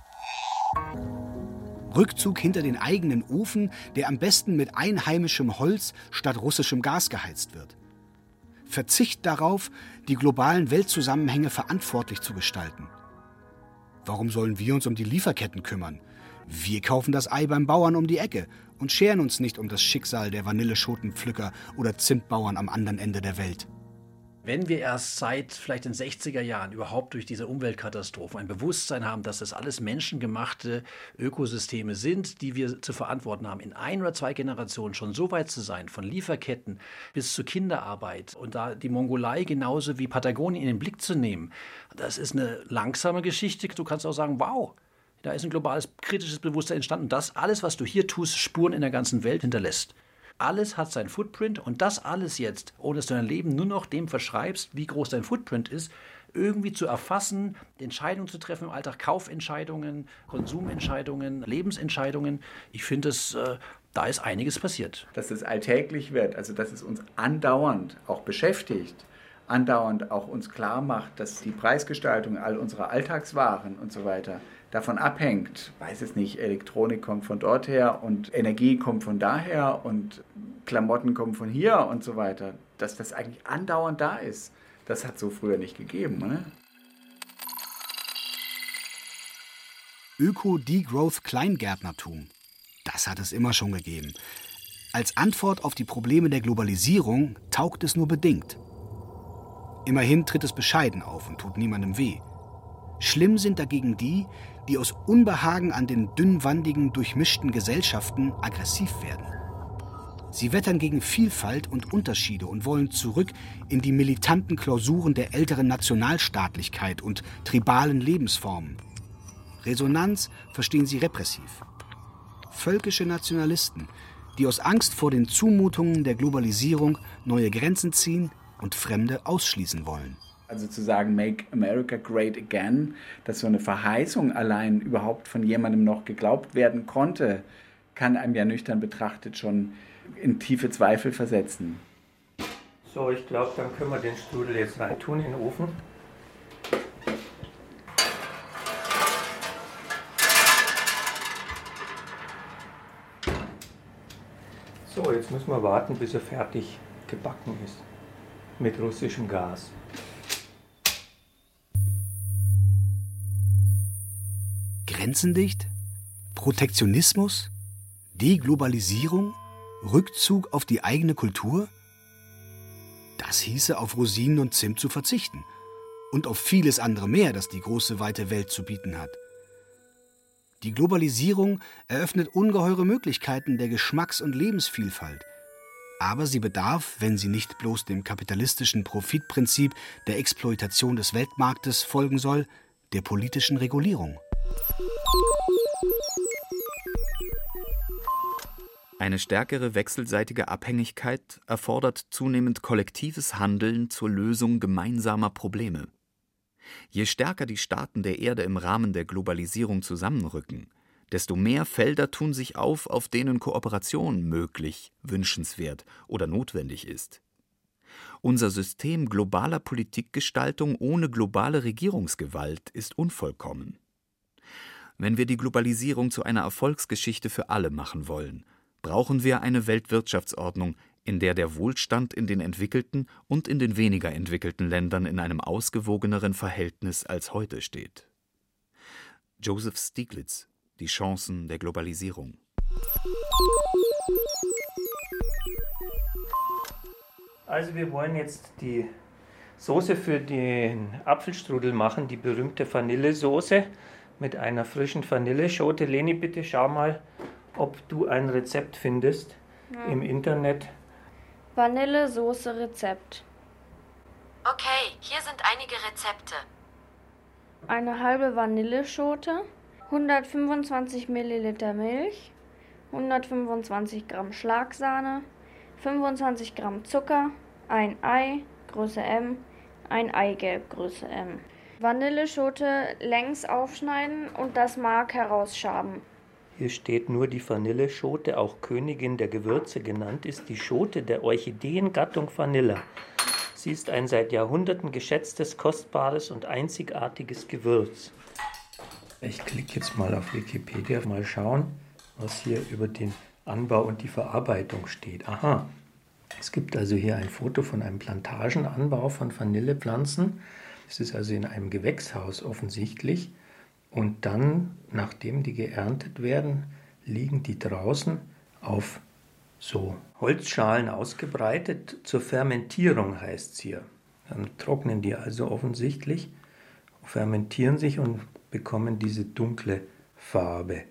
Rückzug hinter den eigenen Ofen, der am besten mit einheimischem Holz statt russischem Gas geheizt wird. Verzicht darauf, die globalen Weltzusammenhänge verantwortlich zu gestalten. Warum sollen wir uns um die Lieferketten kümmern? Wir kaufen das Ei beim Bauern um die Ecke und scheren uns nicht um das Schicksal der Vanilleschotenpflücker oder Zimtbauern am anderen Ende der Welt. Wenn wir erst seit vielleicht den sechziger Jahren überhaupt durch diese Umweltkatastrophen ein Bewusstsein haben, dass das alles menschengemachte Ökosysteme sind, die wir zu verantworten haben, in ein oder zwei Generationen schon so weit zu sein, von Lieferketten bis zur Kinderarbeit und da die Mongolei genauso wie Patagonien in den Blick zu nehmen, das ist eine langsame Geschichte. Du kannst auch sagen, wow, da ist ein globales kritisches Bewusstsein entstanden. Das alles, was du hier tust, Spuren in der ganzen Welt hinterlässt. Alles hat seinen Footprint und das alles jetzt, ohne dass du dein Leben nur noch dem verschreibst, wie groß dein Footprint ist, irgendwie zu erfassen, Entscheidungen zu treffen im Alltag, Kaufentscheidungen, Konsumentscheidungen, Lebensentscheidungen. Ich finde, es, äh, da ist einiges passiert. Dass es alltäglich wird, also dass es uns andauernd auch beschäftigt, andauernd auch uns klar macht, dass die Preisgestaltung all unserer Alltagswaren und so weiter davon abhängt, weiß es nicht, Elektronik kommt von dort her und Energie kommt von daher und Klamotten kommen von hier und so weiter, dass das eigentlich andauernd da ist, das hat so früher nicht gegeben, ne? Öko-Degrowth-Kleingärtnertum, das hat es immer schon gegeben. Als Antwort auf die Probleme der Globalisierung taugt es nur bedingt. Immerhin tritt es bescheiden auf und tut niemandem weh. Schlimm sind dagegen die, die aus Unbehagen an den dünnwandigen, durchmischten Gesellschaften aggressiv werden. Sie wettern gegen Vielfalt und Unterschiede und wollen zurück in die militanten Klausuren der älteren Nationalstaatlichkeit und tribalen Lebensformen. Resonanz verstehen sie repressiv. Völkische Nationalisten, die aus Angst vor den Zumutungen der Globalisierung neue Grenzen ziehen und Fremde ausschließen wollen. Also zu sagen, Make America Great Again, dass so eine Verheißung allein überhaupt von jemandem noch geglaubt werden konnte, kann einem ja nüchtern betrachtet schon in tiefe Zweifel versetzen. So, ich glaube, dann können wir den Strudel jetzt reintun in den Ofen. So, jetzt müssen wir warten, bis er fertig gebacken ist. Mit russischem Gas. Grenzendicht? Protektionismus? Deglobalisierung? Rückzug auf die eigene Kultur? Das hieße, auf Rosinen und Zimt zu verzichten. Und auf vieles andere mehr, das die große, weite Welt zu bieten hat. Die Globalisierung eröffnet ungeheure Möglichkeiten der Geschmacks- und Lebensvielfalt. Aber sie bedarf, wenn sie nicht bloß dem kapitalistischen Profitprinzip der Exploitation des Weltmarktes folgen soll, der politischen Regulierung. Eine stärkere wechselseitige Abhängigkeit erfordert zunehmend kollektives Handeln zur Lösung gemeinsamer Probleme. Je stärker die Staaten der Erde im Rahmen der Globalisierung zusammenrücken, desto mehr Felder tun sich auf, auf denen Kooperation möglich, wünschenswert oder notwendig ist. Unser System globaler Politikgestaltung ohne globale Regierungsgewalt ist unvollkommen. Wenn wir die Globalisierung zu einer Erfolgsgeschichte für alle machen wollen, brauchen wir eine Weltwirtschaftsordnung, in der der Wohlstand in den entwickelten und in den weniger entwickelten Ländern in einem ausgewogeneren Verhältnis als heute steht. Joseph Stiglitz, Die Chancen der Globalisierung. Also wir wollen jetzt die Soße für den Apfelstrudel machen, die berühmte Vanillesoße mit einer frischen Vanilleschote. Leni, bitte schau mal, ob du ein Rezept findest Ja. im Internet. Vanillesoße Rezept. Okay, hier sind einige Rezepte. Eine halbe Vanilleschote, hundertfünfundzwanzig Milliliter Milch, hundertfünfundzwanzig Gramm Schlagsahne, fünfundzwanzig Gramm Zucker, ein Ei, Größe M, ein Eigelb, Größe M. Vanilleschote längs aufschneiden und das Mark herausschaben. Hier steht nur die Vanilleschote, auch Königin der Gewürze genannt, ist die Schote der Orchideengattung Vanilla. Sie ist ein seit Jahrhunderten geschätztes, kostbares und einzigartiges Gewürz. Ich klicke jetzt mal auf Wikipedia, mal schauen, was hier über den Anbau und die Verarbeitung steht. Aha, es gibt also hier ein Foto von einem Plantagenanbau von Vanillepflanzen. Es ist also in einem Gewächshaus offensichtlich. Und dann, nachdem die geerntet werden, liegen die draußen auf so Holzschalen ausgebreitet. Zur Fermentierung heißt es hier. Dann trocknen die also offensichtlich, fermentieren sich und bekommen diese dunkle Farbe.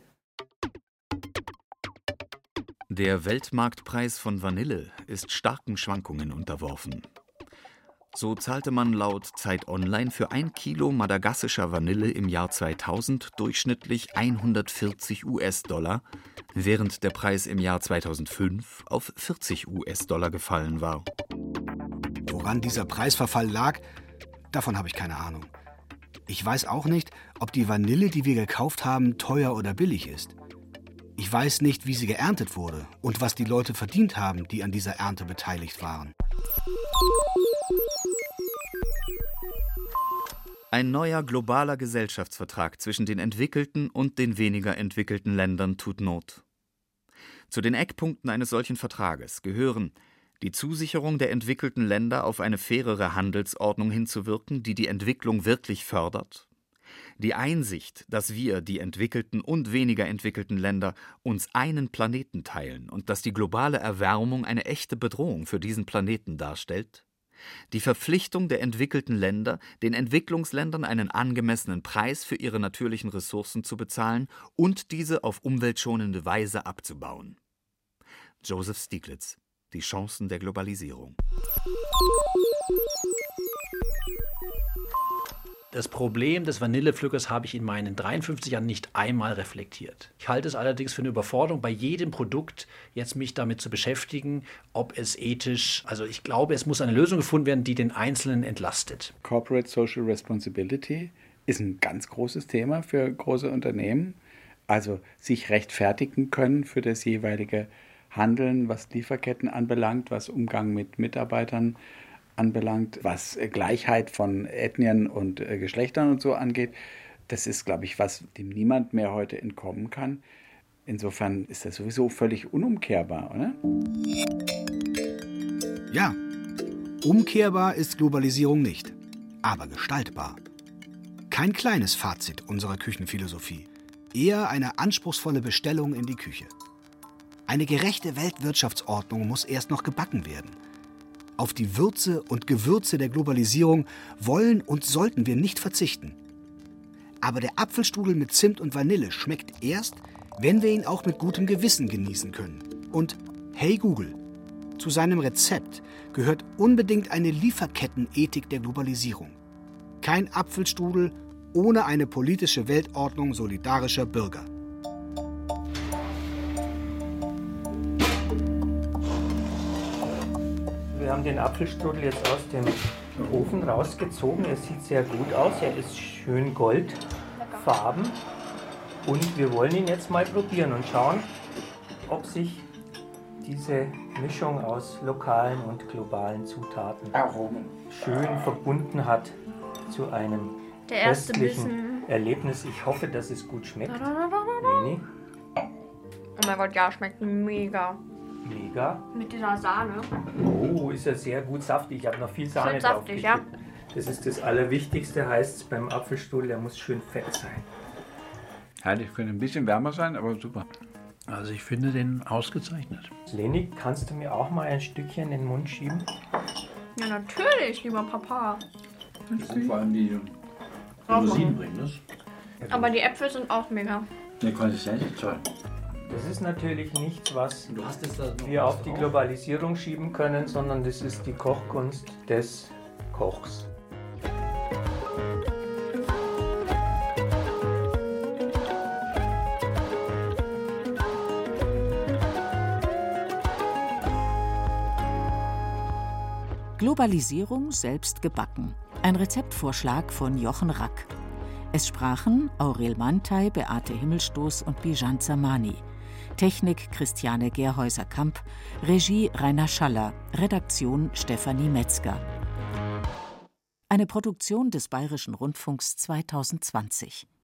Der Weltmarktpreis von Vanille ist starken Schwankungen unterworfen. So zahlte man laut Zeit Online für ein Kilo madagassischer Vanille im Jahr zweitausend durchschnittlich hundertvierzig US-Dollar, während der Preis im Jahr zweitausendfünf auf vierzig US-Dollar gefallen war. Woran dieser Preisverfall lag, davon habe ich keine Ahnung. Ich weiß auch nicht, ob die Vanille, die wir gekauft haben, teuer oder billig ist. Ich weiß nicht, wie sie geerntet wurde und was die Leute verdient haben, die an dieser Ernte beteiligt waren. Ein neuer globaler Gesellschaftsvertrag zwischen den entwickelten und den weniger entwickelten Ländern tut Not. Zu den Eckpunkten eines solchen Vertrages gehören die Zusicherung der entwickelten Länder, auf eine fairere Handelsordnung hinzuwirken, die die Entwicklung wirklich fördert, die Einsicht, dass wir, die entwickelten und weniger entwickelten Länder, uns einen Planeten teilen und dass die globale Erwärmung eine echte Bedrohung für diesen Planeten darstellt, die Verpflichtung der entwickelten Länder, den Entwicklungsländern einen angemessenen Preis für ihre natürlichen Ressourcen zu bezahlen und diese auf umweltschonende Weise abzubauen. Joseph Stiglitz, Die Chancen der Globalisierung. Das Problem des Vanillepflückers habe ich in meinen dreiundfünfzig Jahren nicht einmal reflektiert. Ich halte es allerdings für eine Überforderung, bei jedem Produkt jetzt mich damit zu beschäftigen, ob es ethisch, also ich glaube, es muss eine Lösung gefunden werden, die den Einzelnen entlastet. Corporate Social Responsibility ist ein ganz großes Thema für große Unternehmen. Also sich rechtfertigen können für das jeweilige Handeln, was Lieferketten anbelangt, was Umgang mit Mitarbeitern anbelangt, was Gleichheit von Ethnien und äh, Geschlechtern und so angeht. Das ist, glaube ich, was dem niemand mehr heute entkommen kann. Insofern ist das sowieso völlig unumkehrbar, oder? Ja, umkehrbar ist Globalisierung nicht, aber gestaltbar. Kein kleines Fazit unserer Küchenphilosophie, eher eine anspruchsvolle Bestellung in die Küche. Eine gerechte Weltwirtschaftsordnung muss erst noch gebacken werden. Auf die Würze und Gewürze der Globalisierung wollen und sollten wir nicht verzichten. Aber der Apfelstrudel mit Zimt und Vanille schmeckt erst, wenn wir ihn auch mit gutem Gewissen genießen können. Und hey Google, zu seinem Rezept gehört unbedingt eine Lieferkettenethik der Globalisierung. Kein Apfelstrudel ohne eine politische Weltordnung solidarischer Bürger. Wir haben den Apfelstrudel jetzt aus dem Ofen rausgezogen. Er sieht sehr gut aus. Er ist schön goldfarben. Und wir wollen ihn jetzt mal probieren und schauen, ob sich diese Mischung aus lokalen und globalen Zutaten Aromen schön verbunden hat zu einem Der erste köstlichen Bissen. Erlebnis. Ich hoffe, dass es gut schmeckt. Leni? Oh mein Gott, ja, schmeckt mega. Mega. Mit dieser Sahne. Oh, ist ja sehr gut saftig. Ich habe noch viel Sahne Schön drauf saftig, ja. gekippt. Das ist das Allerwichtigste, heißt es beim Apfelstrudel, der muss schön fett sein. Heilig könnte ein bisschen wärmer sein, aber super. Also ich finde den ausgezeichnet. Leni, kannst du mir auch mal ein Stückchen in den Mund schieben? Ja, natürlich, lieber Papa. Vor allem die Rosinen bringen das. Aber die Äpfel sind auch mega. Die Konsistenz ist toll. Das ist natürlich nichts, was Du hast jetzt da noch wir was auf die drauf? Globalisierung schieben können, sondern das ist die Kochkunst des Kochs. Globalisierung selbst gebacken. Ein Rezeptvorschlag von Jochen Rack. Es sprachen Aurel Mantei, Beate Himmelstoß und Bijan Zamani. Technik Christiane Gerhäuser-Kamp. Regie Rainer Schaller. Redaktion Stefanie Metzger. Eine Produktion des Bayerischen Rundfunks zweitausendzwanzig.